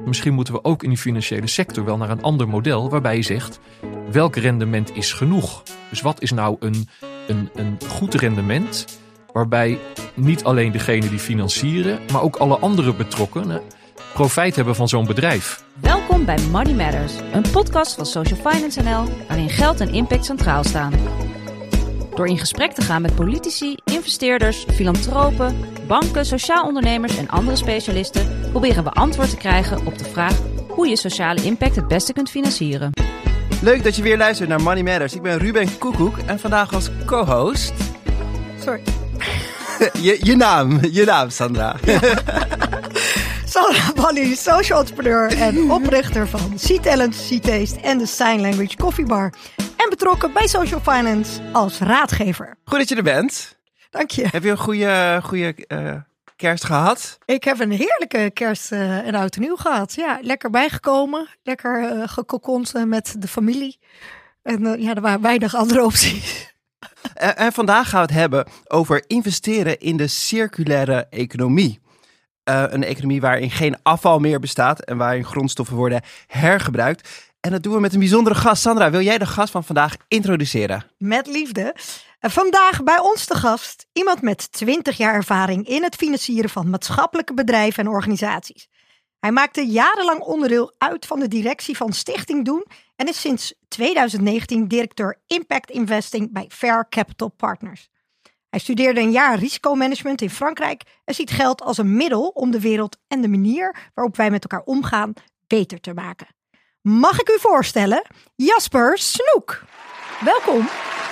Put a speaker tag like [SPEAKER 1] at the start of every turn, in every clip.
[SPEAKER 1] misschien moeten we ook in die financiële sector wel naar een ander model waarbij je zegt, welk rendement is genoeg? Dus wat is nou een goed rendement waarbij niet alleen degene die financieren, maar ook alle andere betrokkenen profijt hebben van zo'n bedrijf?
[SPEAKER 2] Welkom bij Money Matters, een podcast van Social Finance NL, waarin geld en impact centraal staan. Door in gesprek te gaan met politici, investeerders, filantropen, banken, sociaal ondernemers en andere specialisten, proberen we antwoord te krijgen op de vraag hoe je sociale impact het beste kunt financieren.
[SPEAKER 3] Leuk dat je weer luistert naar Money Matters. Ik ben Ruben Koekoek en vandaag als co-host...
[SPEAKER 4] Sorry.
[SPEAKER 3] je naam, Sandra.
[SPEAKER 4] Ja. Sandra Balli, social entrepreneur en oprichter van C-Talent, C-Taste en de Sign Language Coffee Bar. En betrokken bij Social Finance als raadgever.
[SPEAKER 3] Goed dat je er bent.
[SPEAKER 4] Dank je.
[SPEAKER 3] Heb je een goede kerst gehad?
[SPEAKER 4] Ik heb een heerlijke kerst en oud en nieuw gehad. Ja, lekker bijgekomen. Lekker gekokond met de familie. En er waren weinig andere opties.
[SPEAKER 3] En vandaag gaan we het hebben over investeren in de circulaire economie. Een economie waarin geen afval meer bestaat en waarin grondstoffen worden hergebruikt. En dat doen we met een bijzondere gast. Sandra, wil jij de gast van vandaag introduceren?
[SPEAKER 4] Met liefde. Vandaag bij ons te gast iemand met 20 jaar ervaring in het financieren van maatschappelijke bedrijven en organisaties. Hij maakte jarenlang onderdeel uit van de directie van Stichting Doen en is sinds 2019 directeur Impact Investing bij Fair Capital Partners. Hij studeerde een jaar risicomanagement in Frankrijk en ziet geld als een middel om de wereld en de manier waarop wij met elkaar omgaan beter te maken. Mag ik u voorstellen, Jasper Snoek. Welkom.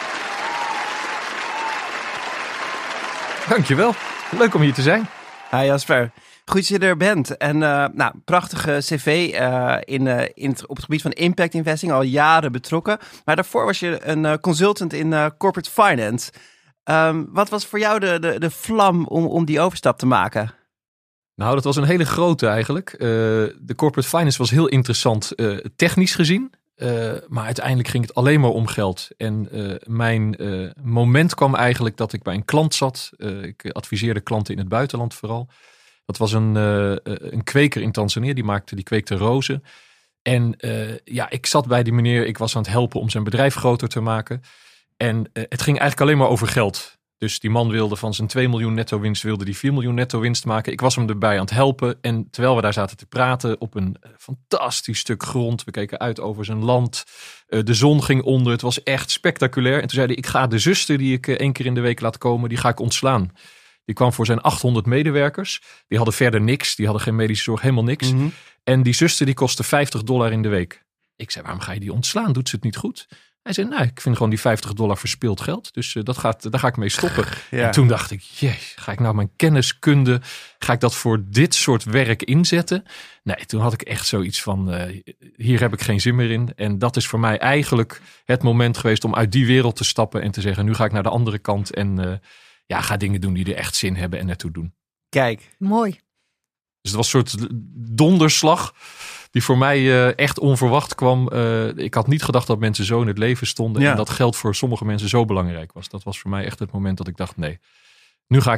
[SPEAKER 1] Dankjewel. Leuk om hier te zijn.
[SPEAKER 3] Hi Jasper. Goed dat je er bent. En prachtige cv op het gebied van impact investing, al jaren betrokken. Maar daarvoor was je een consultant in corporate finance. Wat was voor jou de vlam om die overstap te maken?
[SPEAKER 1] Nou, dat was een hele grote eigenlijk. De corporate finance was heel interessant technisch gezien. Maar uiteindelijk ging het alleen maar om geld. En mijn moment kwam eigenlijk dat ik bij een klant zat. Ik adviseerde klanten in het buitenland vooral. Dat was een kweker in Tanzania, die kweekte rozen. En ik zat bij die meneer, ik was aan het helpen om zijn bedrijf groter te maken. En het ging eigenlijk alleen maar over geld. Dus die man wilde van zijn 2 miljoen netto winst, wilde die 4 miljoen netto winst maken. Ik was hem erbij aan het helpen. En terwijl we daar zaten te praten op een fantastisch stuk grond. We keken uit over zijn land. De zon ging onder. Het was echt spectaculair. En toen zei hij, ik ga de zuster die ik 1 keer in de week laat komen, die ga ik ontslaan. Die kwam voor zijn 800 medewerkers. Die hadden verder niks. Die hadden geen medische zorg, helemaal niks. Mm-hmm. En die zuster die kostte $50 in de week. Ik zei, waarom ga je die ontslaan? Doet ze het niet goed? Hij zei, ik vind gewoon die $50 verspild geld. Dus daar ga ik mee stoppen. Ja. En toen dacht ik, ga ik nou mijn kenniskunde, ga ik dat voor dit soort werk inzetten? Nee, toen had ik echt zoiets van, hier heb ik geen zin meer in. En dat is voor mij eigenlijk het moment geweest om uit die wereld te stappen en te zeggen, nu ga ik naar de andere kant en ga dingen doen die er echt zin hebben en ertoe doen.
[SPEAKER 3] Kijk.
[SPEAKER 4] Mooi.
[SPEAKER 1] Dus het was een soort donderslag die voor mij echt onverwacht kwam. Ik had niet gedacht dat mensen zo in het leven stonden. Ja. En dat geld voor sommige mensen zo belangrijk was. Dat was voor mij echt het moment dat ik dacht, nee, nu ga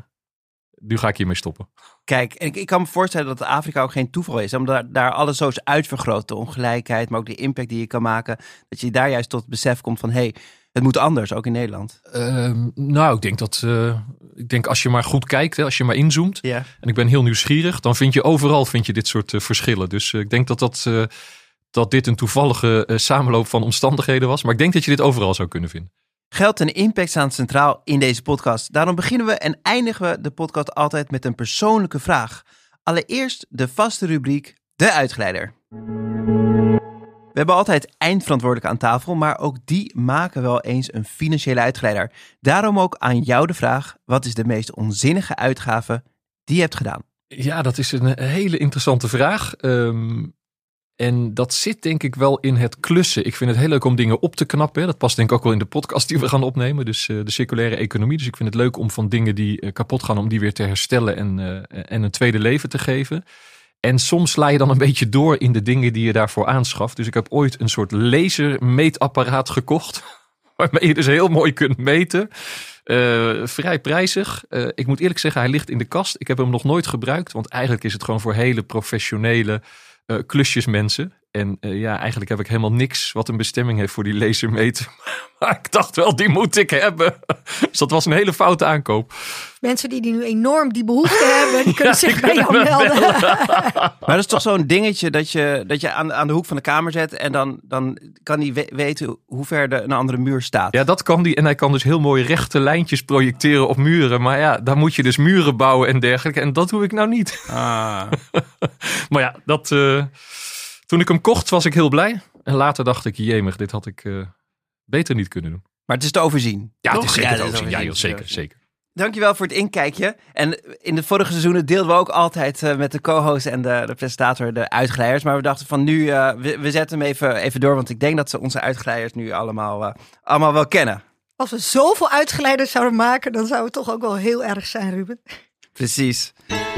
[SPEAKER 1] ik hiermee stoppen.
[SPEAKER 3] Kijk, en ik kan me voorstellen dat Afrika ook geen toeval is. Omdat daar alles zo is uitvergroot. De ongelijkheid, maar ook de impact die je kan maken. Dat je daar juist tot het besef komt van, het moet anders, ook in Nederland.
[SPEAKER 1] Ik denk als je maar goed kijkt, als je maar inzoomt.
[SPEAKER 3] Yeah.
[SPEAKER 1] En ik ben heel nieuwsgierig, dan vind je overal dit soort verschillen. Dus ik denk dat dit een toevallige samenloop van omstandigheden was. Maar ik denk dat je dit overal zou kunnen vinden.
[SPEAKER 3] Geld en impact staan centraal in deze podcast. Daarom beginnen we en eindigen we de podcast altijd met een persoonlijke vraag. Allereerst de vaste rubriek, de uitgeleider. We hebben altijd eindverantwoordelijke aan tafel, maar ook die maken wel eens een financiële uitgeleider. Daarom ook aan jou de vraag, wat is de meest onzinnige uitgave die je hebt gedaan?
[SPEAKER 1] Ja, dat is een hele interessante vraag. En dat zit denk ik wel in het klussen. Ik vind het heel leuk om dingen op te knappen. Dat past denk ik ook wel in de podcast die we gaan opnemen. Dus de circulaire economie. Dus ik vind het leuk om van dingen die kapot gaan, om die weer te herstellen en een tweede leven te geven. En soms sla je dan een beetje door in de dingen die je daarvoor aanschaft. Dus ik heb ooit een soort lasermeetapparaat gekocht. Waarmee je dus heel mooi kunt meten. Vrij prijzig. Ik moet eerlijk zeggen, hij ligt in de kast. Ik heb hem nog nooit gebruikt. Want eigenlijk is het gewoon voor hele professionele klusjesmensen. En eigenlijk heb ik helemaal niks wat een bestemming heeft voor die lasermeter. Maar ik dacht wel, die moet ik hebben. Dus dat was een hele foute aankoop.
[SPEAKER 4] Mensen die nu enorm die behoefte hebben, die kunnen zich bij jou melden.
[SPEAKER 3] Maar dat is toch zo'n dingetje dat je aan de hoek van de kamer zet en dan kan hij weten hoe ver een andere muur staat.
[SPEAKER 1] Ja, dat kan die. En hij kan dus heel mooi rechte lijntjes projecteren op muren. Maar ja, dan moet je dus muren bouwen en dergelijke. En dat doe ik nou niet. Maar ja, toen ik hem kocht was ik heel blij. En later dacht ik, jemig, dit had ik beter niet kunnen doen.
[SPEAKER 3] Maar het is te overzien.
[SPEAKER 1] Ja, het is
[SPEAKER 3] toch?
[SPEAKER 1] zeker te
[SPEAKER 3] het is
[SPEAKER 1] overzien. Ja, joh, zeker.
[SPEAKER 3] Dankjewel voor het inkijkje. En in de vorige seizoenen deelden we ook altijd met de co-host en de presentator de uitglijders. Maar we dachten van nu, we zetten hem even door. Want ik denk dat ze onze uitglijders nu allemaal wel kennen.
[SPEAKER 4] Als we zoveel uitglijders zouden maken, dan zou het toch ook wel heel erg zijn, Ruben.
[SPEAKER 3] Precies.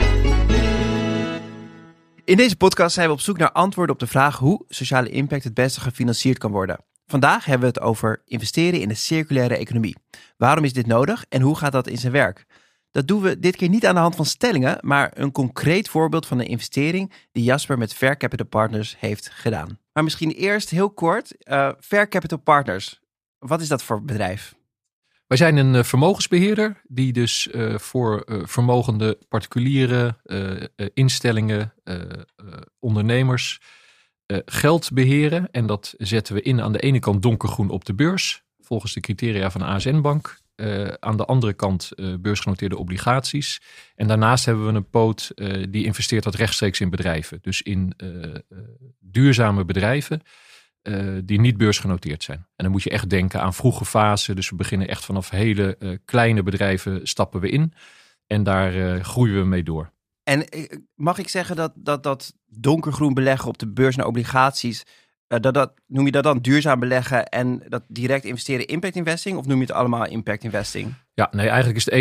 [SPEAKER 3] In deze podcast zijn we op zoek naar antwoorden op de vraag hoe sociale impact het beste gefinancierd kan worden. Vandaag hebben we het over investeren in de circulaire economie. Waarom is dit nodig en hoe gaat dat in zijn werk? Dat doen we dit keer niet aan de hand van stellingen, maar een concreet voorbeeld van een investering die Jasper met Fair Capital Partners heeft gedaan. Maar misschien eerst heel kort, Fair Capital Partners. Wat is dat voor bedrijf?
[SPEAKER 1] Wij zijn een vermogensbeheerder die dus voor vermogende particuliere instellingen, ondernemers geld beheren. En dat zetten we in aan de ene kant donkergroen op de beurs, volgens de criteria van de ASN-bank. Aan de andere kant beursgenoteerde obligaties. En daarnaast hebben we een poot die investeert dat rechtstreeks in bedrijven. Dus in duurzame bedrijven die niet beursgenoteerd zijn. En dan moet je echt denken aan vroege fase. Dus we beginnen echt vanaf hele kleine bedrijven stappen we in. En daar groeien we mee door.
[SPEAKER 3] En mag ik zeggen dat donkergroen beleggen op de beurs naar obligaties, noem je dat dan duurzaam beleggen en dat direct investeren impact investing? Of noem je het allemaal impact investing?
[SPEAKER 1] Ja, nee, eigenlijk is het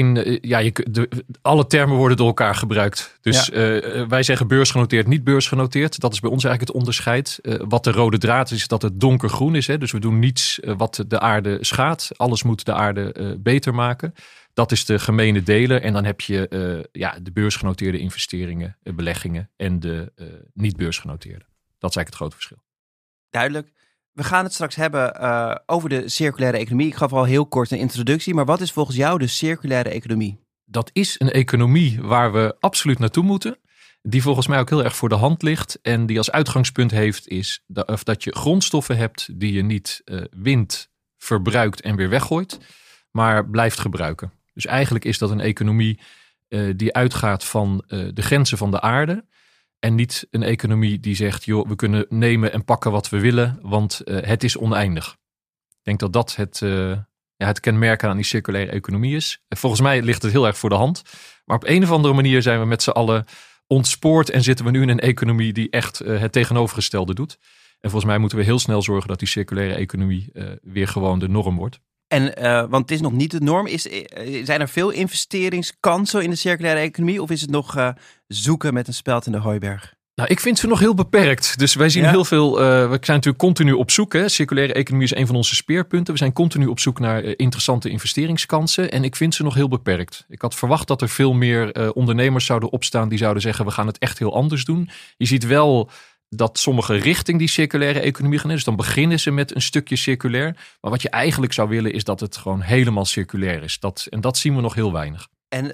[SPEAKER 1] alle termen worden door elkaar gebruikt. Dus wij zeggen beursgenoteerd, niet beursgenoteerd. Dat is bij ons eigenlijk het onderscheid. Wat de rode draad is dat het donkergroen is. Hè? Dus we doen niets wat de aarde schaadt. Alles moet de aarde beter maken. Dat is de gemene deler. En dan heb je de beursgenoteerde investeringen, beleggingen en de niet beursgenoteerde. Dat is eigenlijk het grote verschil.
[SPEAKER 3] Duidelijk. We gaan het straks hebben over de circulaire economie. Ik gaf al heel kort een introductie, maar wat is volgens jou de circulaire economie?
[SPEAKER 1] Dat is een economie waar we absoluut naartoe moeten. Die volgens mij ook heel erg voor de hand ligt. En die als uitgangspunt heeft is dat je grondstoffen hebt die je niet wint, verbruikt en weer weggooit, maar blijft gebruiken. Dus eigenlijk is dat een economie die uitgaat van de grenzen van de aarde. En niet een economie die zegt, joh, we kunnen nemen en pakken wat we willen, want het is oneindig. Ik denk dat dat het kenmerken aan die circulaire economie is. En volgens mij ligt het heel erg voor de hand. Maar op een of andere manier zijn we met z'n allen ontspoord en zitten we nu in een economie die echt het tegenovergestelde doet. En volgens mij moeten we heel snel zorgen dat die circulaire economie weer gewoon de norm wordt.
[SPEAKER 3] En want het is nog niet de norm. Zijn er veel investeringskansen in de circulaire economie? Of is het nog zoeken met een speld in de hooiberg?
[SPEAKER 1] Nou, ik vind ze nog heel beperkt. Dus wij zien heel veel. We zijn natuurlijk continu op zoek. Hè. Circulaire economie is een van onze speerpunten. We zijn continu op zoek naar interessante investeringskansen. En ik vind ze nog heel beperkt. Ik had verwacht dat er veel meer ondernemers zouden opstaan die zouden zeggen, we gaan het echt heel anders doen. Je ziet wel dat sommige richting die circulaire economie gaan. Dus dan beginnen ze met een stukje circulair. Maar wat je eigenlijk zou willen is dat het gewoon helemaal circulair is. En dat zien we nog heel weinig.
[SPEAKER 3] En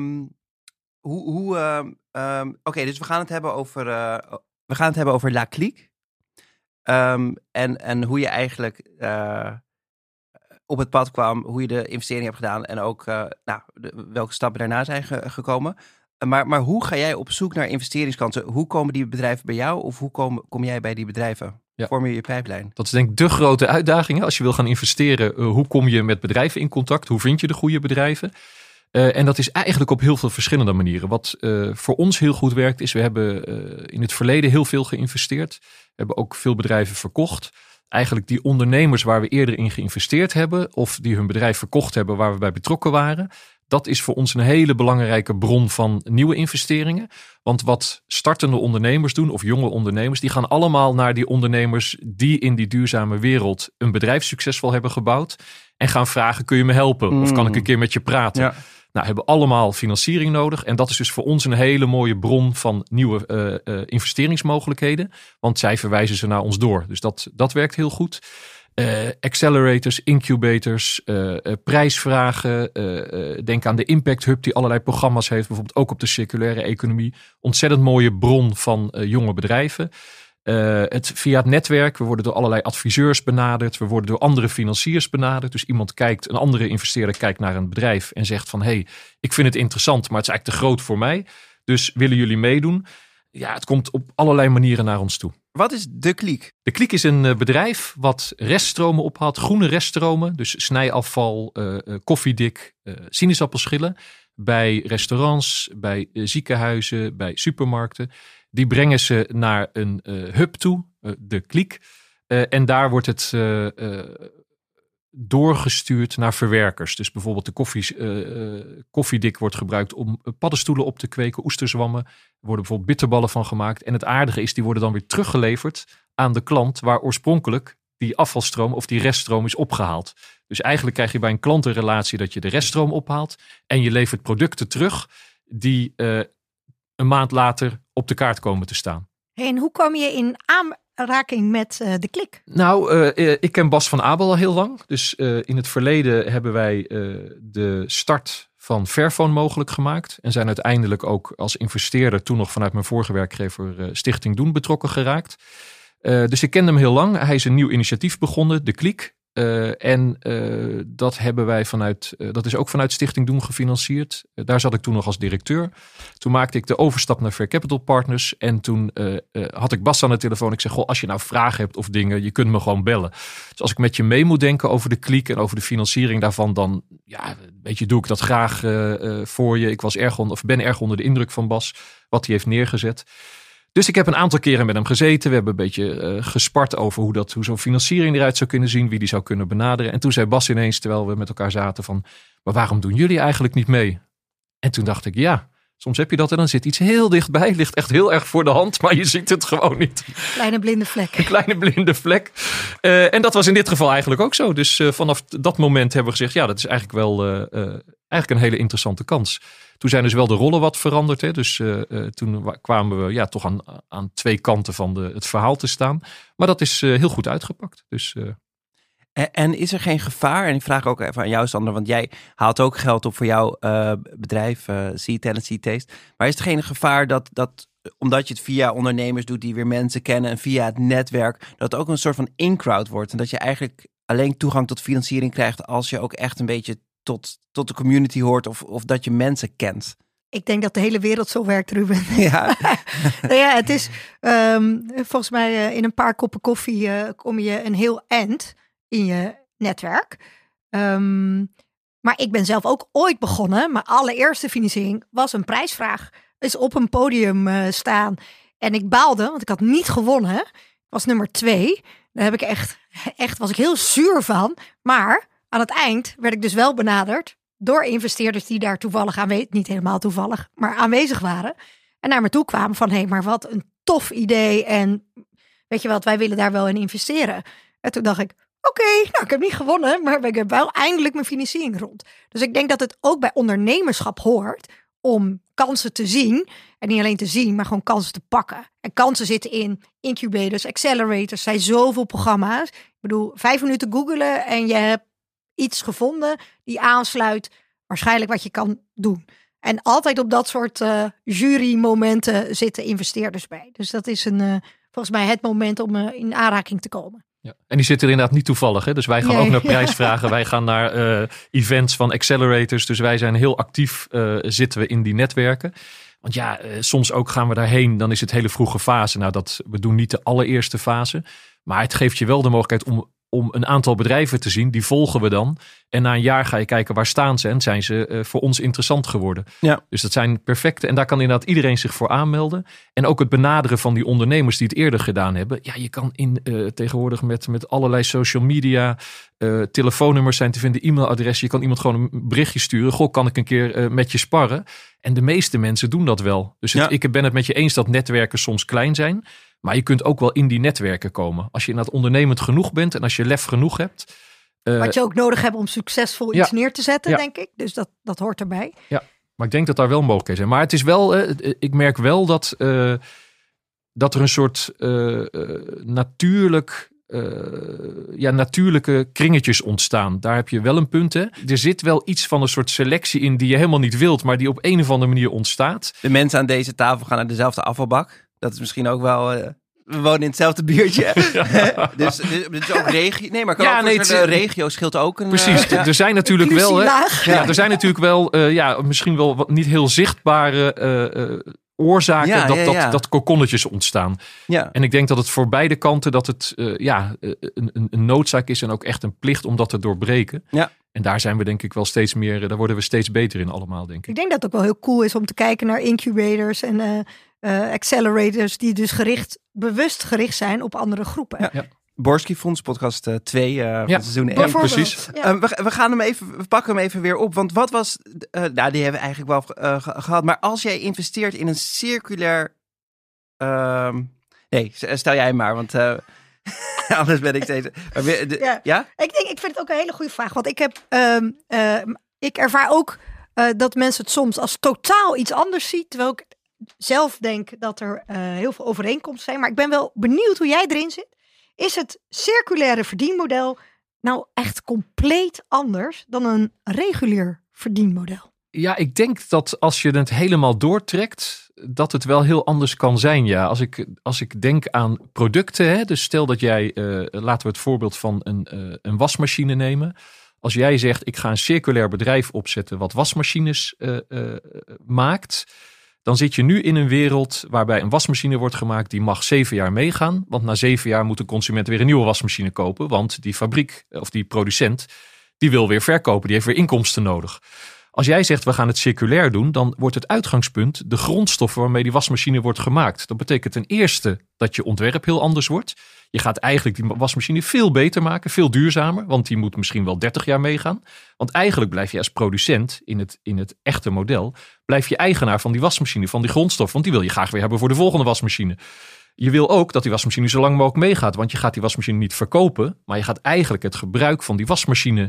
[SPEAKER 3] Oké, dus we gaan het hebben over La Clique. En hoe je eigenlijk op het pad kwam, hoe je de investering hebt gedaan en ook welke stappen daarna zijn gekomen. Maar hoe ga jij op zoek naar investeringskansen? Hoe komen die bedrijven bij jou of hoe kom jij bij die bedrijven?
[SPEAKER 1] Ja.
[SPEAKER 3] Vorm je pijplijn?
[SPEAKER 1] Dat is denk ik de grote uitdaging. Als je wil gaan investeren, hoe kom je met bedrijven in contact? Hoe vind je de goede bedrijven? En dat is eigenlijk op heel veel verschillende manieren. Wat voor ons heel goed werkt is, we hebben in het verleden heel veel geïnvesteerd. We hebben ook veel bedrijven verkocht. Eigenlijk die ondernemers waar we eerder in geïnvesteerd hebben of die hun bedrijf verkocht hebben waar we bij betrokken waren. Dat is voor ons een hele belangrijke bron van nieuwe investeringen. Want wat startende ondernemers doen, of jonge ondernemers, die gaan allemaal naar die ondernemers die in die duurzame wereld een bedrijf succesvol hebben gebouwd. En gaan vragen, kun je me helpen? Of kan ik een keer met je praten? Ja. Nou, hebben allemaal financiering nodig. En dat is dus voor ons een hele mooie bron van nieuwe investeringsmogelijkheden. Want zij verwijzen ze naar ons door. Dus dat werkt heel goed. Accelerators, incubators, prijsvragen. Denk aan de Impact Hub die allerlei programma's heeft. Bijvoorbeeld ook op de circulaire economie. Ontzettend mooie bron van jonge bedrijven. Via het netwerk. We worden door allerlei adviseurs benaderd. We worden door andere financiers benaderd. Dus een andere investeerder kijkt naar een bedrijf en zegt van hey, ik vind het interessant, maar het is eigenlijk te groot voor mij. Dus willen jullie meedoen? Ja, het komt op allerlei manieren naar ons toe.
[SPEAKER 3] Wat is De Kliek?
[SPEAKER 1] De Kliek is een bedrijf wat reststromen ophaalt. Groene reststromen. Dus snijafval, koffiedik, sinaasappelschillen. Bij restaurants, bij ziekenhuizen, bij supermarkten. Die brengen ze naar een hub toe, De Kliek. En daar wordt het doorgestuurd naar verwerkers. Dus bijvoorbeeld de koffiedik wordt gebruikt om paddenstoelen op te kweken, oesterzwammen. Er worden bijvoorbeeld bitterballen van gemaakt. En het aardige is, die worden dan weer teruggeleverd aan de klant waar oorspronkelijk die afvalstroom of die reststroom is opgehaald. Dus eigenlijk krijg je bij een klant een relatie dat je de reststroom ophaalt en je levert producten terug die een maand later op de kaart komen te staan.
[SPEAKER 4] En hoe kwam je in aanraking met De Kliek?
[SPEAKER 1] Nou, ik ken Bas van Abel al heel lang. Dus in het verleden hebben wij de start van Fairphone mogelijk gemaakt. En zijn uiteindelijk ook als investeerder toen nog vanuit mijn vorige werkgever Stichting Doen betrokken geraakt. Dus ik ken hem heel lang. Hij is een nieuw initiatief begonnen, De Kliek. Dat hebben wij dat is ook vanuit Stichting Doen gefinancierd. Daar zat ik toen nog als directeur. Toen maakte ik de overstap naar Fair Capital Partners. En toen had ik Bas aan de telefoon. Ik zeg, goh, als je nou vragen hebt of dingen, je kunt me gewoon bellen. Dus als ik met je mee moet denken over De Kliek en over de financiering daarvan, dan doe ik dat graag voor je. Ik ben erg onder de indruk van Bas, wat hij heeft neergezet. Dus ik heb een aantal keren met hem gezeten. We hebben een beetje gespart over hoe zo'n financiering eruit zou kunnen zien. Wie die zou kunnen benaderen. En toen zei Bas ineens, terwijl we met elkaar zaten van, maar waarom doen jullie eigenlijk niet mee? En toen dacht ik, ja, soms heb je dat en dan zit iets heel dichtbij. Ligt echt heel erg voor de hand, maar je ziet het gewoon niet.
[SPEAKER 4] Kleine blinde vlek.
[SPEAKER 1] Een kleine blinde vlek. En dat was in dit geval eigenlijk ook zo. Dus vanaf dat moment hebben we gezegd, ja, dat is eigenlijk wel eigenlijk een hele interessante kans. Toen zijn dus wel de rollen wat veranderd. Hè? Dus toen kwamen we toch aan twee kanten van het verhaal te staan. Maar dat is heel goed uitgepakt. Dus,
[SPEAKER 3] En is er geen gevaar? En ik vraag ook even aan jou, Sander, want jij haalt ook geld op voor jouw bedrijf, C-Talent, C-Taste. Maar is er geen gevaar dat omdat je het via ondernemers doet die weer mensen kennen en via het netwerk, dat het ook een soort van in-crowd wordt en dat je eigenlijk alleen toegang tot financiering krijgt als je ook echt een beetje tot de community hoort of dat je mensen kent?
[SPEAKER 4] Ik denk dat de hele wereld zo werkt, Ruben.
[SPEAKER 3] Ja.
[SPEAKER 4] Nou ja, het is volgens mij in een paar koppen koffie kom je een heel eind in je netwerk. Maar ik ben zelf ook ooit begonnen. Mijn allereerste financiering was een prijsvraag. Dus op een podium staan. En ik baalde, want ik had niet gewonnen. Ik was nummer 2. Daar heb ik echt was ik heel zuur van. Maar aan het eind werd ik dus wel benaderd door investeerders die daar toevallig niet helemaal toevallig, maar aanwezig waren. En naar me toe kwamen van, hé, maar wat een tof idee. En weet je wat, wij willen daar wel in investeren. En toen dacht ik, oké, ik heb niet gewonnen, maar ik heb wel eindelijk mijn financiering rond. Dus ik denk dat het ook bij ondernemerschap hoort om kansen te zien. En niet alleen te zien, maar gewoon kansen te pakken. En kansen zitten in incubators, accelerators. Er zijn zoveel programma's. Ik bedoel, 5 minuten googelen en je hebt iets gevonden die aansluit waarschijnlijk wat je kan doen. En altijd op dat soort jurymomenten zitten investeerders bij. Dus dat is volgens mij het moment om in aanraking te komen. Ja.
[SPEAKER 1] En die zitten er inderdaad niet toevallig. Hè? Dus wij gaan ook naar prijsvragen. Wij gaan naar events van accelerators. Dus wij zijn heel actief, zitten we in die netwerken. Want ja, soms ook gaan we daarheen. Dan is het hele vroege fase. Nou, we doen niet de allereerste fase. Maar het geeft je wel de mogelijkheid om om een aantal bedrijven te zien. Die volgen we dan. En na een jaar ga je kijken waar staan ze en zijn ze voor ons interessant geworden.
[SPEAKER 3] Ja.
[SPEAKER 1] Dus dat zijn perfecte. En daar kan inderdaad iedereen zich voor aanmelden. En ook het benaderen van die ondernemers die het eerder gedaan hebben. Ja, je kan tegenwoordig met allerlei social media, telefoonnummers zijn te vinden, e-mailadres. Je kan iemand gewoon een berichtje sturen. Goh, kan ik een keer met je sparren? En de meeste mensen doen dat wel. Dus ik ben het met je eens dat netwerken soms klein zijn. Maar je kunt ook wel in die netwerken komen. Als je inderdaad ondernemend genoeg bent en als je lef genoeg hebt.
[SPEAKER 4] Wat je ook nodig hebt om succesvol iets neer te zetten, denk ik. Dus dat hoort erbij. Ja,
[SPEAKER 1] maar ik denk dat daar wel mogelijkheden zijn. Maar het is wel, ik merk wel dat er een soort natuurlijke kringetjes ontstaan. Daar heb je wel een punt. Hè? Er zit wel iets van een soort selectie in die je helemaal niet wilt, maar die op een of andere manier ontstaat.
[SPEAKER 3] De mensen aan deze tafel gaan naar dezelfde afvalbak. Dat is misschien ook wel. We wonen in hetzelfde buurtje. Ja. dus ook regio. Nee, maar de regio scheelt ook een.
[SPEAKER 1] Precies. Er zijn natuurlijk wel. Er zijn natuurlijk wel. Misschien wel niet heel zichtbare oorzaken dat kokonnetjes ontstaan. Ja. En ik denk dat het voor beide kanten dat het een noodzaak is en ook echt een plicht om dat te doorbreken. Ja. En daar zijn we denk ik wel steeds meer. Daar worden we steeds beter in allemaal, denk ik.
[SPEAKER 4] Ik denk dat het ook wel heel cool is om te kijken naar incubators en accelerators die dus bewust gericht zijn op andere groepen. Ja.
[SPEAKER 3] Borski Fonds, podcast 2 van seizoen 1.
[SPEAKER 1] Precies.
[SPEAKER 3] Ja. We pakken hem even weer op. Want wat was... die hebben we eigenlijk wel gehad. Maar als jij investeert in een circulair... nee, stel jij maar. Want anders ben ik steeds... Ja?
[SPEAKER 4] Ik vind het ook een hele goede vraag. Want ik ervaar ook dat mensen het soms als totaal iets anders zien. Terwijl ik zelf denk dat er heel veel overeenkomsten zijn. Maar ik ben wel benieuwd hoe jij erin zit. Is het circulaire verdienmodel nou echt compleet anders dan een regulier verdienmodel?
[SPEAKER 1] Ja, ik denk dat als je het helemaal doortrekt, dat het wel heel anders kan zijn. Ja, als ik denk aan producten, hè, dus stel dat jij, laten we het voorbeeld van een wasmachine nemen. Als jij zegt, ik ga een circulair bedrijf opzetten wat wasmachines maakt, dan zit je nu in een wereld waarbij een wasmachine wordt gemaakt die mag 7 jaar meegaan. Want na 7 jaar moet de consument weer een nieuwe wasmachine kopen. Want die fabriek of die producent, die wil weer verkopen. Die heeft weer inkomsten nodig. Als jij zegt, we gaan het circulair doen, dan wordt het uitgangspunt de grondstoffen waarmee die wasmachine wordt gemaakt. Dat betekent ten eerste dat je ontwerp heel anders wordt. Je gaat eigenlijk die wasmachine veel beter maken, veel duurzamer. Want die moet misschien wel 30 jaar meegaan. Want eigenlijk blijf je als producent in het echte model, blijf je eigenaar van die wasmachine, van die grondstof. Want die wil je graag weer hebben voor de volgende wasmachine. Je wil ook dat die wasmachine zo lang mogelijk meegaat. Want je gaat die wasmachine niet verkopen. Maar je gaat eigenlijk het gebruik van die wasmachine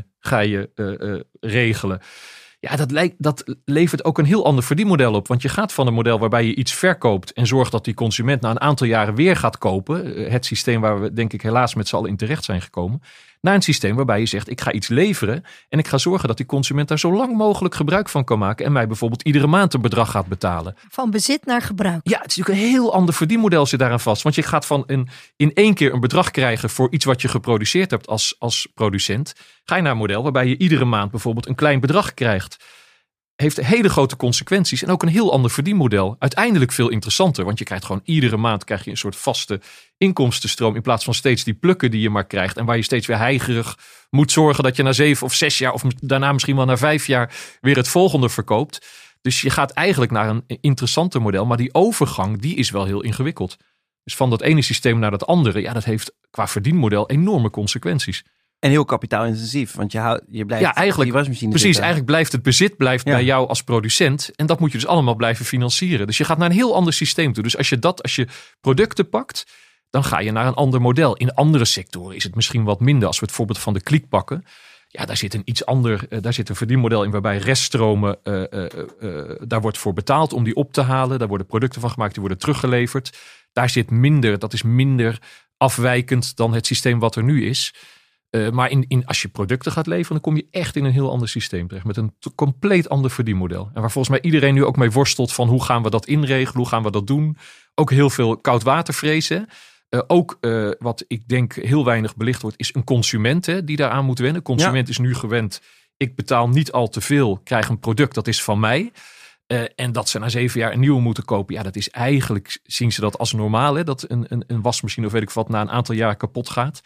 [SPEAKER 1] regelen. Ja, dat levert ook een heel ander verdienmodel op. Want je gaat van een model waarbij je iets verkoopt en zorgt dat die consument na een aantal jaren weer gaat kopen. Het systeem waar we denk ik helaas met z'n allen in terecht zijn gekomen. Naar een systeem waarbij je zegt, ik ga iets leveren en ik ga zorgen dat die consument daar zo lang mogelijk gebruik van kan maken. En mij bijvoorbeeld iedere maand een bedrag gaat betalen.
[SPEAKER 4] Van bezit naar gebruik.
[SPEAKER 1] Ja, het is natuurlijk een heel ander verdienmodel zit daaraan vast. Want je gaat in 1 keer een bedrag krijgen voor iets wat je geproduceerd hebt als producent. Ga je naar een model waarbij je iedere maand bijvoorbeeld een klein bedrag krijgt. Heeft hele grote consequenties en ook een heel ander verdienmodel. Uiteindelijk veel interessanter, want je krijgt gewoon iedere maand een soort vaste inkomstenstroom in plaats van steeds die plukken die je maar krijgt en waar je steeds weer heigerig moet zorgen dat je na 7 of 6 jaar of daarna misschien wel na 5 jaar weer het volgende verkoopt. Dus je gaat eigenlijk naar een interessanter model, maar die overgang die is wel heel ingewikkeld. Dus van dat ene systeem naar dat andere, ja, dat heeft qua verdienmodel enorme consequenties.
[SPEAKER 3] En heel kapitaalintensief, want je blijft die wasmachine
[SPEAKER 1] precies, eigenlijk blijft het bezit bij jou als producent. En dat moet je dus allemaal blijven financieren. Dus je gaat naar een heel ander systeem toe. Dus als je producten pakt, dan ga je naar een ander model. In andere sectoren is het misschien wat minder. Als we het voorbeeld van de kliek pakken. Ja, daar zit een verdienmodel in waarbij reststromen, daar wordt voor betaald om die op te halen. Daar worden producten van gemaakt, die worden teruggeleverd. Dat is minder afwijkend dan het systeem wat er nu is. Maar als je producten gaat leveren, dan kom je echt in een heel ander systeem terecht. Met een compleet ander verdienmodel. En waar volgens mij iedereen nu ook mee worstelt van hoe gaan we dat inregelen, hoe gaan we dat doen. Ook heel veel koudwatervrees. Wat ik denk heel weinig belicht wordt, is een consument die daaraan moet wennen. Consument is nu gewend, ik betaal niet al te veel, krijg een product, dat is van mij. En dat ze na 7 jaar een nieuwe moeten kopen. Ja, dat is eigenlijk, zien ze dat als normaal. Hè? Dat een wasmachine of weet ik wat na een aantal jaar kapot gaat.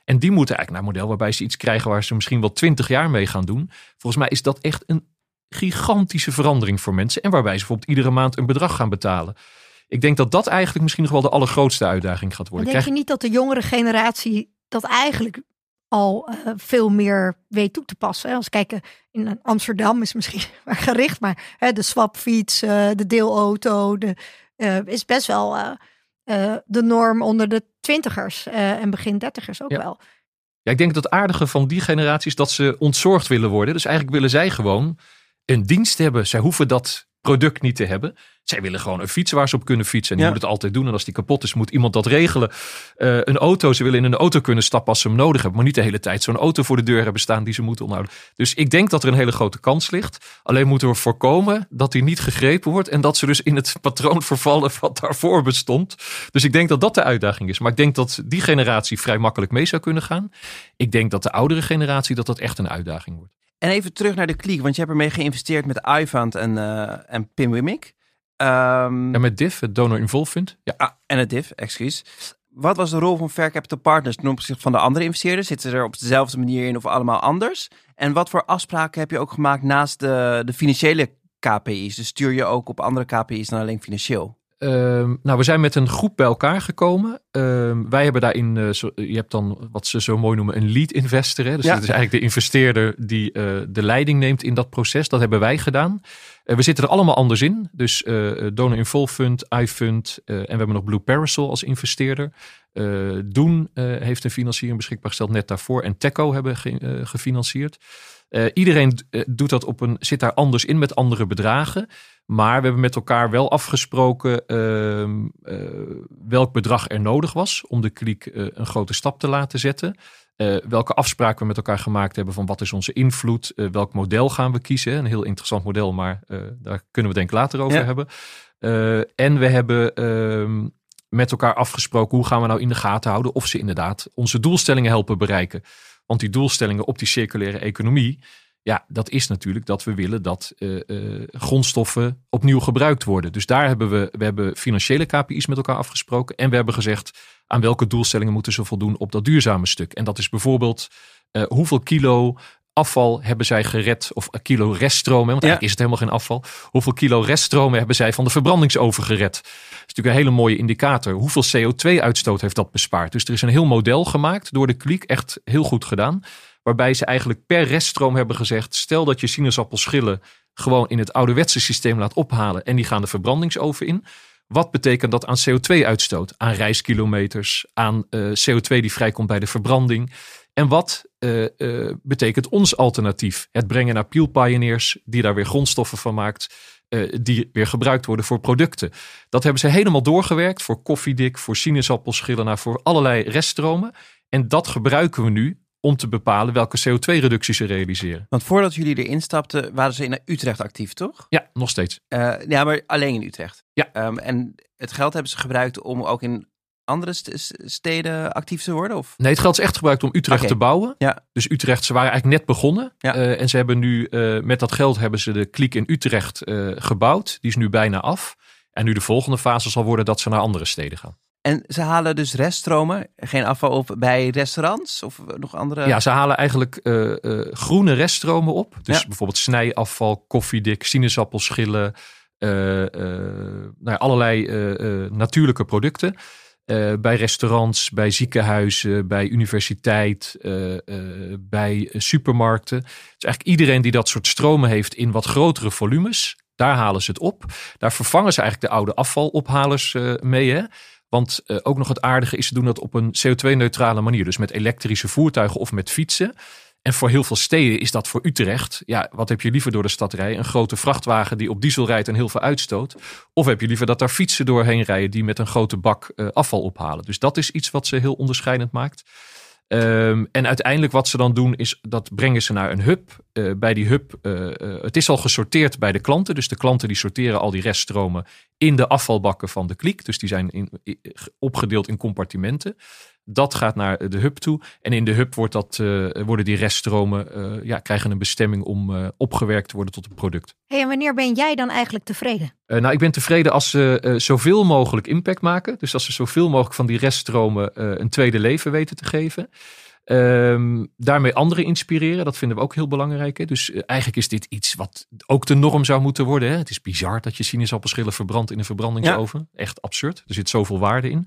[SPEAKER 1] En die moeten eigenlijk naar een model waarbij ze iets krijgen waar ze misschien wel 20 jaar mee gaan doen. Volgens mij is dat echt een gigantische verandering voor mensen. En waarbij ze bijvoorbeeld iedere maand een bedrag gaan betalen. Ik denk dat dat eigenlijk misschien nog wel de allergrootste uitdaging gaat worden.
[SPEAKER 4] En denk je niet dat de jongere generatie dat eigenlijk al veel meer weet toe te passen? Hè? Als we kijken, in Amsterdam is misschien maar gericht, maar de swapfiets, de deelauto, is best wel de norm onder de 20ers en begin 30ers ook wel.
[SPEAKER 1] Ja, ik denk dat het aardige van die generatie is dat ze ontzorgd willen worden. Dus eigenlijk willen zij gewoon een dienst hebben. Zij hoeven dat product niet te hebben. Zij willen gewoon een fiets waar ze op kunnen fietsen. En die moet het altijd doen. En als die kapot is, moet iemand dat regelen. Een auto, ze willen in een auto kunnen stappen als ze hem nodig hebben. Maar niet de hele tijd zo'n auto voor de deur hebben staan die ze moeten onderhouden. Dus ik denk dat er een hele grote kans ligt. Alleen moeten we voorkomen dat die niet gegrepen wordt. En dat ze dus in het patroon vervallen wat daarvoor bestond. Dus ik denk dat dat de uitdaging is. Maar ik denk dat die generatie vrij makkelijk mee zou kunnen gaan. Ik denk dat de oudere generatie dat echt een uitdaging wordt.
[SPEAKER 3] En even terug naar de kliek, want je hebt ermee geïnvesteerd met iFund en Pinwimic.
[SPEAKER 1] En met DIF, het Donor Involved Fund. Ja.
[SPEAKER 3] En het DIF, excuus. Wat was de rol van Fair Capital Partners ten opzichte van de andere investeerders? Zitten ze er op dezelfde manier in of allemaal anders? En wat voor afspraken heb je ook gemaakt naast de financiële KPI's? Dus stuur je ook op andere KPI's dan alleen financieel?
[SPEAKER 1] We zijn met een groep bij elkaar gekomen. Wij hebben daarin, je hebt dan wat ze zo mooi noemen een lead investor. Hè? Dus dat is eigenlijk de investeerder die de leiding neemt in dat proces. Dat hebben wij gedaan. We zitten er allemaal anders in. Dus Donor Involved Fund, iFund en we hebben nog Blue Parasol als investeerder. Doen heeft een financiering beschikbaar gesteld net daarvoor. En Teco hebben gefinancierd. Iedereen doet dat zit daar anders in met andere bedragen. Maar we hebben met elkaar wel afgesproken welk bedrag er nodig was om de kliek een grote stap te laten zetten. Welke afspraken we met elkaar gemaakt hebben van wat is onze invloed, welk model gaan we kiezen. Een heel interessant model, maar daar kunnen we denk ik later over hebben. En we hebben met elkaar afgesproken hoe gaan we nou in de gaten houden of ze inderdaad onze doelstellingen helpen bereiken. Want die doelstellingen op die circulaire economie, ja, dat is natuurlijk dat we willen dat grondstoffen opnieuw gebruikt worden. Dus daar hebben we hebben financiële KPI's met elkaar afgesproken. En we hebben gezegd aan welke doelstellingen moeten ze voldoen op dat duurzame stuk. En dat is bijvoorbeeld hoeveel kilo afval hebben zij gered, of kilo reststromen, want eigenlijk is het helemaal geen afval. Hoeveel kilo reststromen hebben zij van de verbrandingsoven gered? Dat is natuurlijk een hele mooie indicator. Hoeveel CO2-uitstoot heeft dat bespaard? Dus er is een heel model gemaakt door de kliek, echt heel goed gedaan. Waarbij ze eigenlijk per reststroom hebben gezegd, stel dat je sinaasappelschillen gewoon in het ouderwetse systeem laat ophalen en die gaan de verbrandingsoven in. Wat betekent dat aan CO2-uitstoot? Aan reiskilometers, aan CO2 die vrijkomt bij de verbranding. En wat betekent ons alternatief? Het brengen naar Peel Pioneers, die daar weer grondstoffen van maakt, die weer gebruikt worden voor producten. Dat hebben ze helemaal doorgewerkt voor koffiedik, voor sinaasappelschillen, voor allerlei reststromen. En dat gebruiken we nu om te bepalen welke CO2-reducties ze realiseren.
[SPEAKER 3] Want voordat jullie erin stapten, waren ze in Utrecht actief, toch?
[SPEAKER 1] Ja, nog steeds.
[SPEAKER 3] Ja, maar alleen in Utrecht.
[SPEAKER 1] Ja.
[SPEAKER 3] En het geld hebben ze gebruikt om ook in andere steden actief te worden? Of?
[SPEAKER 1] Nee, het geld is echt gebruikt om Utrecht te bouwen.
[SPEAKER 3] Ja.
[SPEAKER 1] Dus Utrecht, ze waren eigenlijk net begonnen.
[SPEAKER 3] Ja.
[SPEAKER 1] En ze hebben nu, met dat geld hebben ze de kliek in Utrecht gebouwd. Die is nu bijna af. En nu de volgende fase zal worden dat ze naar andere steden gaan.
[SPEAKER 3] En ze halen dus reststromen, geen afval op bij restaurants of nog andere?
[SPEAKER 1] Ja, ze halen eigenlijk groene reststromen op. Dus bijvoorbeeld snijafval, koffiedik, sinaasappelschillen, allerlei natuurlijke producten. Bij restaurants, bij ziekenhuizen, bij universiteit, bij supermarkten. Dus eigenlijk iedereen die dat soort stromen heeft in wat grotere volumes, daar halen ze het op. Daar vervangen ze eigenlijk de oude afvalophalers mee, hè. Want ook nog het aardige is, ze doen dat op een CO2-neutrale manier. Dus met elektrische voertuigen of met fietsen. En voor heel veel steden is dat voor Utrecht. Ja, wat heb je liever door de stad rijden? Een grote vrachtwagen die op diesel rijdt en heel veel uitstoot. Of heb je liever dat daar fietsen doorheen rijden die met een grote bak afval ophalen. Dus dat is iets wat ze heel onderscheidend maakt. En uiteindelijk wat ze dan doen is, dat brengen ze naar een hub. Bij die hub, het is al gesorteerd bij de klanten. Dus de klanten die sorteren al die reststromen in de afvalbakken van de kliek. Dus die zijn opgedeeld in compartimenten. Dat gaat naar de hub toe. En in de hub worden die reststromen krijgen een bestemming om opgewerkt te worden tot een product.
[SPEAKER 4] Hey, en wanneer ben jij dan eigenlijk tevreden?
[SPEAKER 1] Ik ben tevreden als ze zoveel mogelijk impact maken. Dus als ze zoveel mogelijk van die reststromen een tweede leven weten te geven. Daarmee anderen inspireren, dat vinden we ook heel belangrijk. Hè? Dus eigenlijk is dit iets wat ook de norm zou moeten worden. Hè? Het is bizar dat je sinaasappelschillen verbrandt in een verbrandingsoven. Ja. Echt absurd. Er zit zoveel waarde in.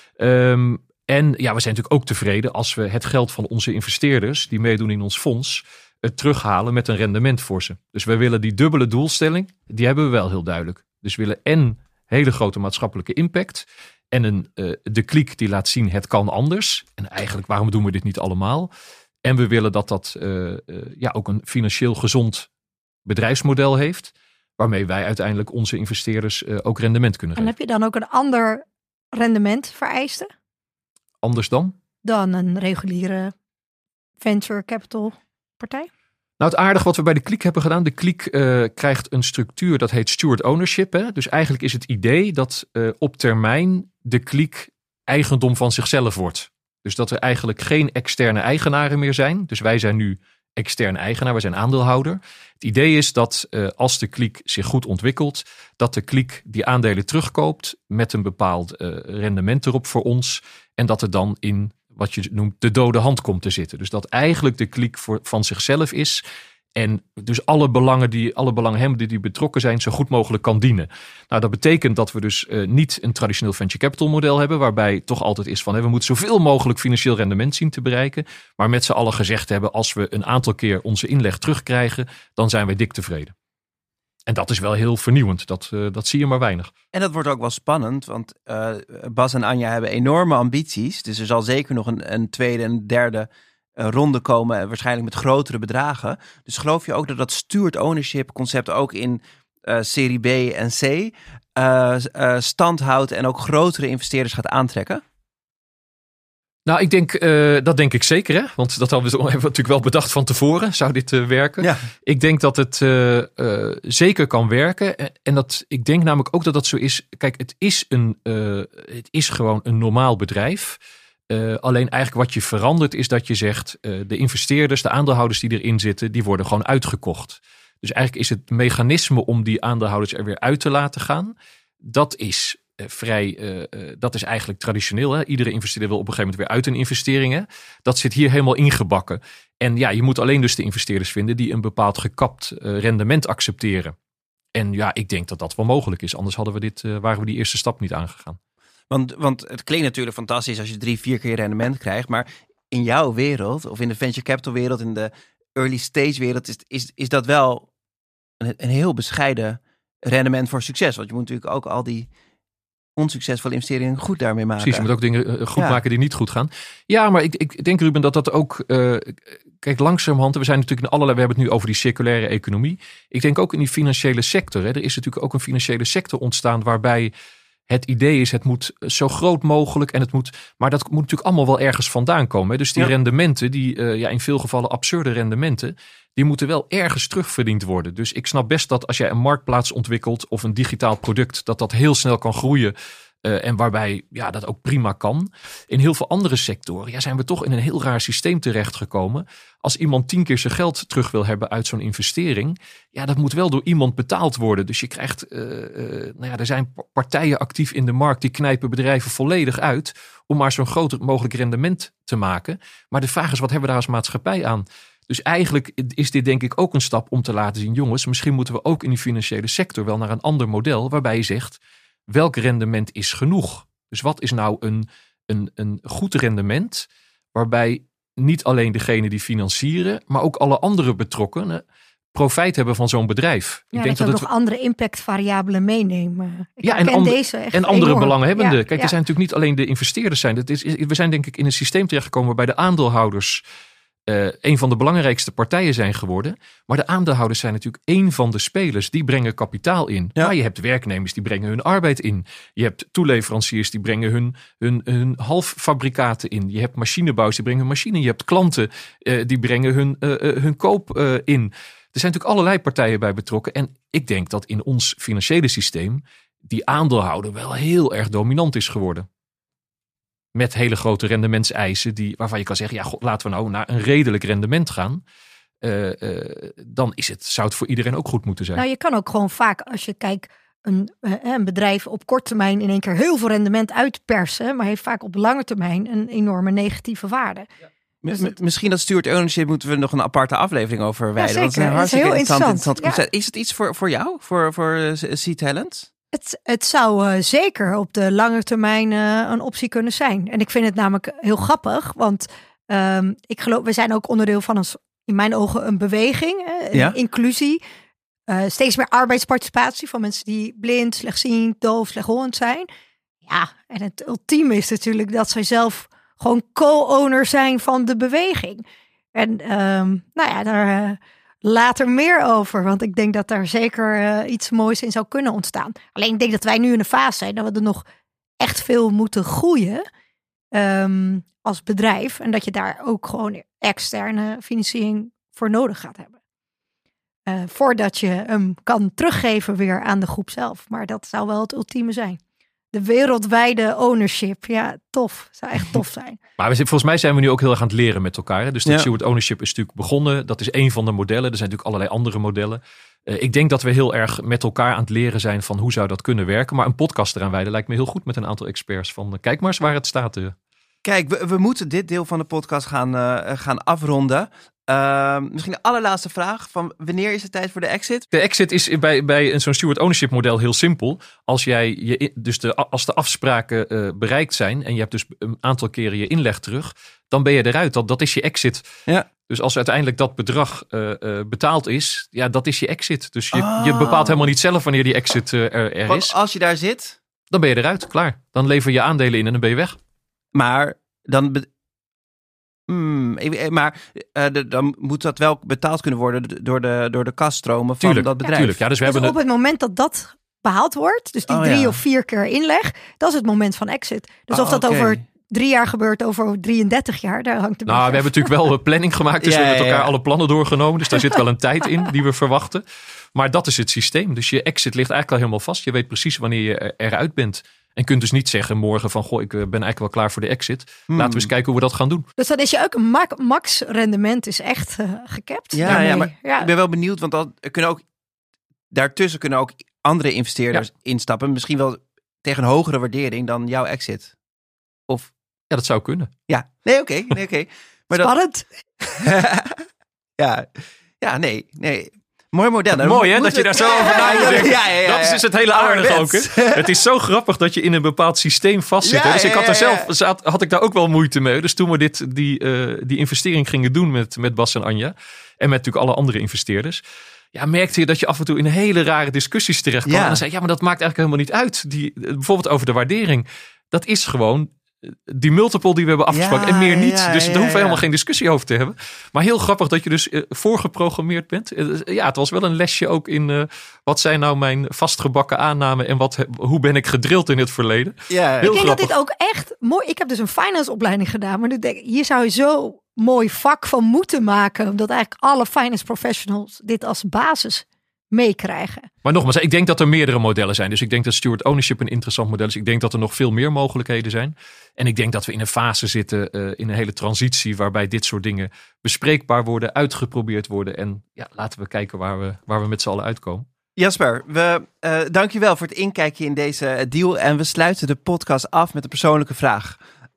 [SPEAKER 1] En ja, we zijn natuurlijk ook tevreden als we het geld van onze investeerders die meedoen in ons fonds terughalen met een rendement voor ze. Dus wij willen die dubbele doelstelling, die hebben we wel heel duidelijk. Dus we willen en hele grote maatschappelijke impact en de kliek die laat zien het kan anders. En eigenlijk waarom doen we dit niet allemaal? En we willen dat ook een financieel gezond bedrijfsmodel heeft, waarmee wij uiteindelijk onze investeerders ook rendement kunnen geven.
[SPEAKER 4] En heb je dan ook een ander rendement vereiste?
[SPEAKER 1] Anders dan?
[SPEAKER 4] Dan een reguliere venture capital partij?
[SPEAKER 1] Nou, het aardige wat we bij de kliek hebben gedaan. De kliek krijgt een structuur dat heet steward ownership. Hè? Dus eigenlijk is het idee dat op termijn de kliek eigendom van zichzelf wordt. Dus dat er eigenlijk geen externe eigenaren meer zijn. Dus wij zijn nu extern eigenaar, wij zijn aandeelhouder. Het idee is dat als de kliek zich goed ontwikkelt, dat de kliek die aandelen terugkoopt met een bepaald rendement erop voor ons. En dat er dan in wat je noemt de dode hand komt te zitten. Dus dat eigenlijk de kliek van zichzelf is. En dus alle belanghebbenden die betrokken zijn zo goed mogelijk kan dienen. Nou, dat betekent dat we dus niet een traditioneel venture capital model hebben. Waarbij toch altijd is van we moeten zoveel mogelijk financieel rendement zien te bereiken. Maar met z'n allen gezegd hebben, als we een aantal keer onze inleg terugkrijgen, dan zijn wij dik tevreden. En dat is wel heel vernieuwend. Dat zie je maar weinig.
[SPEAKER 3] En dat wordt ook wel spannend, want Bas en Anja hebben enorme ambities. Dus er zal zeker nog een tweede en derde ronde komen, waarschijnlijk met grotere bedragen. Dus geloof je ook dat steward ownership concept ook in serie B en C stand houdt en ook grotere investeerders gaat aantrekken?
[SPEAKER 1] Nou, dat denk ik zeker. Hè? Want dat hebben we natuurlijk wel bedacht van tevoren. Zou dit werken? Ja. Ik denk dat het zeker kan werken. En ik denk namelijk ook dat dat zo is. Kijk, het is gewoon een normaal bedrijf. Alleen eigenlijk wat je verandert is dat je zegt, de investeerders, de aandeelhouders die erin zitten, die worden gewoon uitgekocht. Dus eigenlijk is het mechanisme om die aandeelhouders er weer uit te laten gaan, dat is dat is eigenlijk traditioneel. Hè? Iedere investeerder wil op een gegeven moment weer uit een investering. Hè? Dat zit hier helemaal ingebakken. En ja, je moet alleen dus de investeerders vinden die een bepaald gekapt rendement accepteren. En ja, ik denk dat dat wel mogelijk is. Anders waren we die eerste stap niet aangegaan.
[SPEAKER 3] Want het klinkt natuurlijk fantastisch als je 3-4 keer rendement krijgt. Maar in jouw wereld, of in de venture capital wereld, in de early stage wereld, is dat wel een heel bescheiden rendement voor succes. Want je moet natuurlijk ook al die onsuccesvolle investeringen goed daarmee maken.
[SPEAKER 1] Precies, je moet ook dingen goed maken die niet goed gaan. Ja, maar ik denk, Ruben, dat ook kijk, langzamerhand, we hebben het nu over die circulaire economie. Ik denk ook in die financiële sector. Hè, er is natuurlijk ook een financiële sector ontstaan waarbij het idee is, het moet zo groot mogelijk maar dat moet natuurlijk allemaal wel ergens vandaan komen. Hè. Dus die rendementen, die in veel gevallen absurde rendementen, die moeten wel ergens terugverdiend worden. Dus ik snap best dat als jij een marktplaats ontwikkelt of een digitaal product, dat heel snel kan groeien. En waarbij dat ook prima kan. In heel veel andere sectoren zijn we toch in een heel raar systeem terechtgekomen. Als iemand 10 keer zijn geld terug wil hebben uit zo'n investering, dat moet wel door iemand betaald worden. Dus je krijgt, er zijn partijen actief in de markt die knijpen bedrijven volledig uit om maar zo'n groot mogelijk rendement te maken. Maar de vraag is, wat hebben we daar als maatschappij aan? Dus eigenlijk is dit denk ik ook een stap om te laten zien, jongens, misschien moeten we ook in die financiële sector wel naar een ander model waarbij je zegt, welk rendement is genoeg? Dus wat is nou een goed rendement waarbij niet alleen degene die financieren, maar ook alle andere betrokkenen profijt hebben van zo'n bedrijf.
[SPEAKER 4] Ik denk dat we nog andere impactvariabelen meenemen.
[SPEAKER 1] En andere belanghebbenden. Ja, Kijk, er zijn natuurlijk niet alleen de investeerders zijn. We zijn denk ik in een systeem terechtgekomen waarbij de aandeelhouders een van de belangrijkste partijen zijn geworden. Maar de aandeelhouders zijn natuurlijk één van de spelers. Die brengen kapitaal in. Ja. Maar je hebt werknemers die brengen hun arbeid in. Je hebt toeleveranciers die brengen hun halffabrikaten in. Je hebt machinebouwers die brengen hun machine in. Je hebt klanten die brengen hun koop in. Er zijn natuurlijk allerlei partijen bij betrokken. En ik denk dat in ons financiële systeem die aandeelhouder wel heel erg dominant is geworden. Met hele grote rendementseisen waarvan je kan zeggen, laten we nou naar een redelijk rendement gaan. Dan zou het voor iedereen ook goed moeten zijn.
[SPEAKER 4] Nou, je kan ook gewoon vaak, als je kijkt, een bedrijf op korte termijn in één keer heel veel rendement uitpersen, maar heeft vaak op lange termijn een enorme negatieve waarde. Ja.
[SPEAKER 3] Misschien dat steward ownership moeten we nog een aparte aflevering over wijden.
[SPEAKER 4] Ja,
[SPEAKER 3] want
[SPEAKER 4] zeker.
[SPEAKER 3] het is een hartstikke
[SPEAKER 4] Dat is heel
[SPEAKER 3] interessant concept.
[SPEAKER 4] Ja.
[SPEAKER 3] Is het iets voor jou, voor C-Talent?
[SPEAKER 4] Het zou zeker op de lange termijn een optie kunnen zijn. En ik vind het namelijk heel grappig, want ik geloof, we zijn ook onderdeel van in mijn ogen een beweging, inclusie. Steeds meer arbeidsparticipatie van mensen die blind, slechtziend, doof, slechthorend zijn. Ja, en het ultieme is natuurlijk dat zij zelf gewoon co-owner zijn van de beweging. En daar later meer over, want ik denk dat daar zeker iets moois in zou kunnen ontstaan. Alleen ik denk dat wij nu in een fase zijn dat we er nog echt veel moeten groeien als bedrijf. En dat je daar ook gewoon externe financiering voor nodig gaat hebben. Voordat je hem kan teruggeven weer aan de groep zelf. Maar dat zou wel het ultieme zijn. De wereldwijde ownership. Ja, tof. Zou echt tof zijn.
[SPEAKER 1] Maar volgens mij zijn we nu ook heel erg aan het leren met elkaar. Hè? Dus dat steward ownership is natuurlijk begonnen. Dat is één van de modellen. Er zijn natuurlijk allerlei andere modellen. Ik denk dat we heel erg met elkaar aan het leren zijn van hoe zou dat kunnen werken. Maar een podcast eraan wijden lijkt me heel goed met een aantal experts. Van kijk maar eens waar het staat.
[SPEAKER 3] Kijk, we moeten dit deel van de podcast gaan afronden. Misschien de allerlaatste vraag. Van wanneer is het tijd voor de exit?
[SPEAKER 1] De exit is bij zo'n steward ownership model heel simpel. Als als de afspraken bereikt zijn en je hebt dus een aantal keren je inleg terug, dan ben je eruit. Dat is je exit. Ja. Dus als uiteindelijk dat bedrag betaald is, ja, dat is je exit. Dus je bepaalt helemaal niet zelf wanneer die exit er is.
[SPEAKER 3] Als je daar zit,
[SPEAKER 1] dan ben je eruit, klaar. Dan lever je aandelen in en dan ben je weg.
[SPEAKER 3] Maar dan dan moet dat wel betaald kunnen worden door de kasstromen van dat bedrijf.
[SPEAKER 1] Tuurlijk. Ja, dus
[SPEAKER 4] op het moment dat behaald wordt, dus die 3 of 4 keer inleg, dat is het moment van exit. Dus of dat over 3 jaar gebeurt, over 33 jaar, daar hangt de
[SPEAKER 1] we hebben natuurlijk wel planning gemaakt, dus we hebben met elkaar alle plannen doorgenomen. Dus daar zit wel een tijd in die we verwachten. Maar dat is het systeem. Dus je exit ligt eigenlijk al helemaal vast. Je weet precies wanneer je eruit bent. En kunt dus niet zeggen morgen van, ik ben eigenlijk wel klaar voor de exit. Laten we eens kijken hoe we dat gaan doen.
[SPEAKER 4] Dus dan is je ook een max rendement is echt gekapt.
[SPEAKER 3] Ja, maar ik ben wel benieuwd, want daartussen kunnen ook andere investeerders instappen. Misschien wel tegen een hogere waardering dan jouw exit. Of...
[SPEAKER 1] Ja, dat zou kunnen.
[SPEAKER 3] Ja, nee, oké. Maar
[SPEAKER 4] spannend.
[SPEAKER 3] Nee. Mooi model.
[SPEAKER 1] Mooi hè, dat je daar zo over nadenkt.
[SPEAKER 3] Ja.
[SPEAKER 1] Dat is dus het hele aardige ook. Hè? Het is zo grappig dat je in een bepaald systeem vastzit. Dus ik had ik daar ook wel moeite mee. Dus toen we die investering gingen doen met Bas en Anja. En met natuurlijk alle andere investeerders. Ja, merkte je dat je af en toe in hele rare discussies terecht kwam. En dan zei maar dat maakt eigenlijk helemaal niet uit. Bijvoorbeeld over de waardering. Dat is gewoon die multiple die we hebben afgesproken en meer niet. Dus daar hoeven we helemaal geen discussie over te hebben. Maar heel grappig dat je dus voorgeprogrammeerd bent. Het was wel een lesje ook in wat zijn nou mijn vastgebakken aannamen en hoe ben ik gedrild in het verleden.
[SPEAKER 3] Ja,
[SPEAKER 4] ik denk dat dit ook echt mooi. Ik heb dus een finance opleiding gedaan, maar nu denk ik, hier zou je zo mooi vak van moeten maken, omdat eigenlijk alle finance professionals dit als basis meekrijgen.
[SPEAKER 1] Maar nogmaals, ik denk dat er meerdere modellen zijn. Dus ik denk dat steward ownership een interessant model is. Ik denk dat er nog veel meer mogelijkheden zijn. En ik denk dat we in een fase zitten, in een hele transitie, waarbij dit soort dingen bespreekbaar worden, uitgeprobeerd worden. En laten we kijken waar we met z'n allen uitkomen.
[SPEAKER 3] Jasper, dank je wel voor het inkijkje in deze deal. En we sluiten de podcast af met een persoonlijke vraag.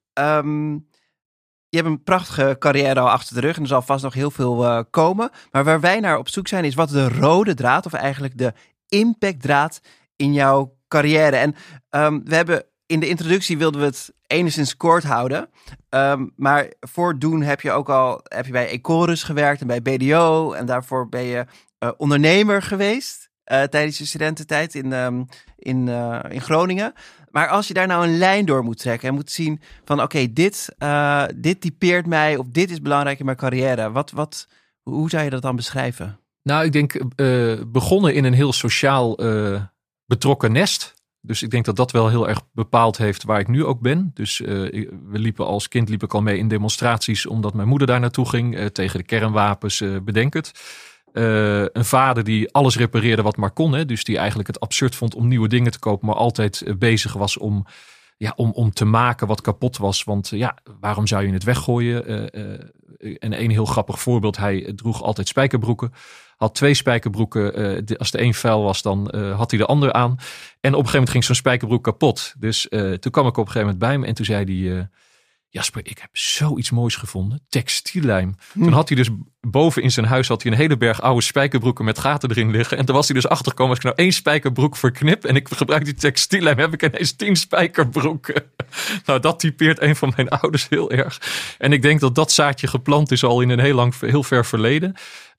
[SPEAKER 3] Je hebt een prachtige carrière al achter de rug en er zal vast nog heel veel komen. Maar waar wij naar op zoek zijn is wat de rode draad of eigenlijk de impactdraad in jouw carrière. En we hebben in de introductie wilden we het enigszins kort houden. Maar voor doen heb je bij Ecorus gewerkt en bij BDO. En daarvoor ben je ondernemer geweest tijdens je studententijd in Groningen. Maar als je daar nou een lijn door moet trekken en moet zien van oké, dit typeert mij of dit is belangrijk in mijn carrière. Hoe zou je dat dan beschrijven?
[SPEAKER 1] Nou, ik denk begonnen in een heel sociaal betrokken nest. Dus ik denk dat dat wel heel erg bepaald heeft waar ik nu ook ben. Dus als kind liep ik al mee in demonstraties omdat mijn moeder daar naartoe ging. Tegen de kernwapens, bedenk het. Een vader die alles repareerde wat maar kon. Hè? Dus die eigenlijk het absurd vond om nieuwe dingen te kopen. Maar altijd bezig was om te maken wat kapot was. Want waarom zou je het weggooien? En een heel grappig voorbeeld. Hij droeg altijd spijkerbroeken. Had 2 spijkerbroeken. Als de een vuil was, dan had hij de ander aan. En op een gegeven moment ging zo'n spijkerbroek kapot. Dus toen kwam ik op een gegeven moment bij hem. En toen zei hij... Jasper, ik heb zoiets moois gevonden. Textiellijm. Toen had hij dus boven in zijn huis een hele berg oude spijkerbroeken met gaten erin liggen. En toen was hij dus achtergekomen, als ik nou 1 spijkerbroek verknip en ik gebruik die textiellijm, heb ik ineens 10 spijkerbroeken. Nou, dat typeert een van mijn ouders heel erg. En ik denk dat dat zaadje geplant is al in een heel ver verleden.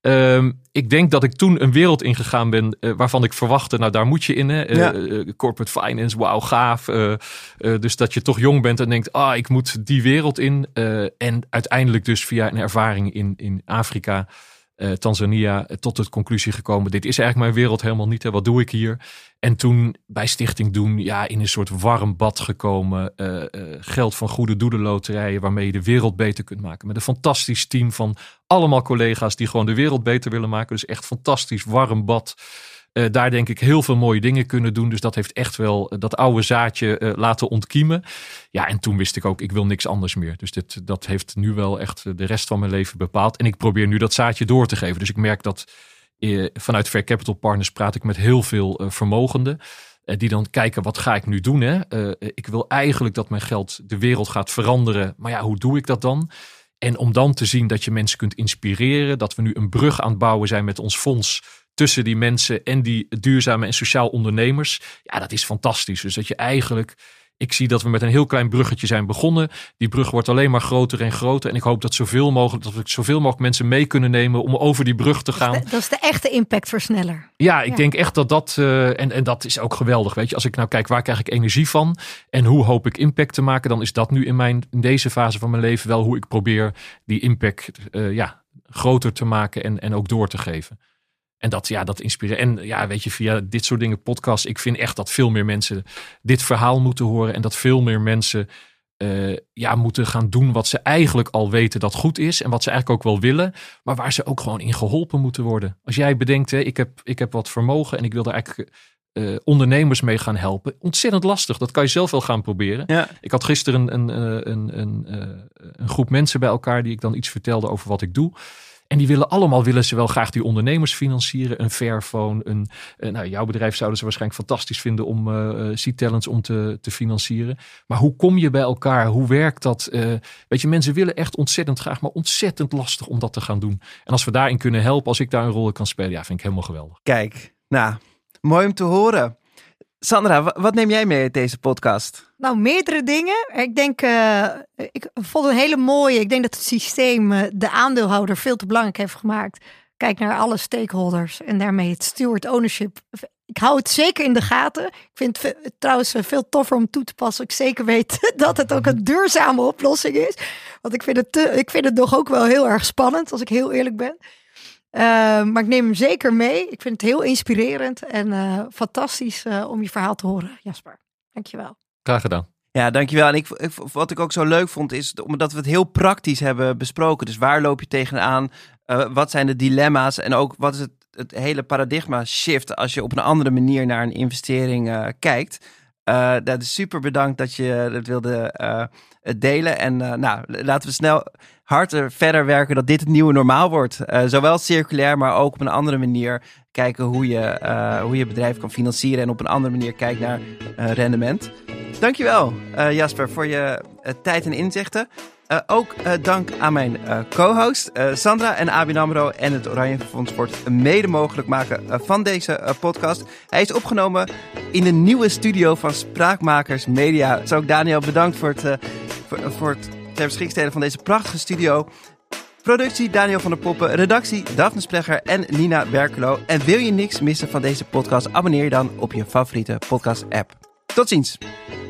[SPEAKER 1] Ik denk dat ik toen een wereld ingegaan ben waarvan ik verwachtte, nou daar moet je in. Corporate finance, wauw, gaaf. Dus dat je toch jong bent en denkt, ik moet die wereld in. En uiteindelijk dus via een ervaring in Afrika, Tanzania, tot de conclusie gekomen, dit is eigenlijk mijn wereld helemaal niet. Hè. Wat doe ik hier? En toen bij Stichting Doen, in een soort warm bad gekomen. Geld van goede doelenloterijen waarmee je de wereld beter kunt maken. Met een fantastisch team van allemaal collega's die gewoon de wereld beter willen maken. Dus echt fantastisch warm bad. Daar denk ik heel veel mooie dingen kunnen doen. Dus dat heeft echt wel dat oude zaadje laten ontkiemen. Ja, en toen wist ik ook, ik wil niks anders meer. Dus dat heeft nu wel echt de rest van mijn leven bepaald. En ik probeer nu dat zaadje door te geven. Dus ik merk dat vanuit Fair Capital Partners praat ik met heel veel vermogenden. Die dan kijken, wat ga ik nu doen? Hè? Ik wil eigenlijk dat mijn geld de wereld gaat veranderen. Maar hoe doe ik dat dan? En om dan te zien dat je mensen kunt inspireren. Dat we nu een brug aan het bouwen zijn met ons fonds tussen die mensen en die duurzame en sociaal ondernemers. Ja, dat is fantastisch. Dus dat je eigenlijk, ik zie dat we met een heel klein bruggetje zijn begonnen. Die brug wordt alleen maar groter en groter. En ik hoop dat zoveel mogelijk mensen mee kunnen nemen om over die brug te gaan.
[SPEAKER 4] Dat is de echte impactversneller.
[SPEAKER 1] Ja, ik denk echt dat en dat is ook geweldig. Weet je, als ik nou kijk, waar krijg ik energie van? En hoe hoop ik impact te maken? Dan is dat nu in deze fase van mijn leven wel hoe ik probeer die impact groter te maken en ook door te geven. En dat inspireert. En weet je, via dit soort dingen, podcasts, ik vind echt dat veel meer mensen dit verhaal moeten horen. En dat veel meer mensen moeten gaan doen wat ze eigenlijk al weten dat goed is. En wat ze eigenlijk ook wel willen. Maar waar ze ook gewoon in geholpen moeten worden. Als jij bedenkt, ik heb wat vermogen en ik wil daar eigenlijk ondernemers mee gaan helpen. Ontzettend lastig. Dat kan je zelf wel gaan proberen. Ja. Ik had gisteren een groep mensen bij elkaar die ik dan iets vertelde over wat ik doe. En die willen ze wel graag die ondernemers financieren. Een Fairphone. Jouw bedrijf zouden ze waarschijnlijk fantastisch vinden om C-Talents om te financieren. Maar hoe kom je bij elkaar? Hoe werkt dat? Weet je, mensen willen echt ontzettend graag, maar ontzettend lastig om dat te gaan doen. En als we daarin kunnen helpen, als ik daar een rol in kan spelen, vind ik helemaal geweldig.
[SPEAKER 3] Kijk, mooi om te horen. Sandra, wat neem jij mee uit deze podcast?
[SPEAKER 4] Nou, meerdere dingen. Ik denk, ik vond het een hele mooie. Ik denk dat het systeem de aandeelhouder veel te belangrijk heeft gemaakt. Kijk naar alle stakeholders en daarmee het steward ownership. Ik hou het zeker in de gaten. Ik vind het trouwens veel toffer om toe te passen. Ik zeker weet dat het ook een duurzame oplossing is. Want ik vind het nog ook wel heel erg spannend, als ik heel eerlijk ben. Maar ik neem hem zeker mee. Ik vind het heel inspirerend en fantastisch om je verhaal te horen, Jasper. Dankjewel.
[SPEAKER 1] Graag gedaan.
[SPEAKER 3] Ja, dankjewel. En wat ik ook zo leuk vond is, omdat we het heel praktisch hebben besproken. Dus waar loop je tegenaan? Wat zijn de dilemma's? En ook wat is het hele paradigma shift als je op een andere manier naar een investering kijkt? Dat is super bedankt dat je dat wilde delen. En laten we snel harder verder werken dat dit het nieuwe normaal wordt. Zowel circulair, maar ook op een andere manier kijken hoe je bedrijf kan financieren en op een andere manier kijkt naar rendement. Dankjewel Jasper voor je tijd en inzichten. Ook dank aan mijn co-host Sandra en ABN AMRO en het Oranje Fonds voor het mede mogelijk maken van deze podcast. Hij is opgenomen in de nieuwe studio van Spraakmakers Media. Dus ook Daniel, bedankt voor het ter beschikking stellen van deze prachtige studio. Productie Daniel van der Poppen, redactie Daphne Splegger en Nina Berkelo. En wil je niks missen van deze podcast, abonneer je dan op je favoriete podcast app. Tot ziens!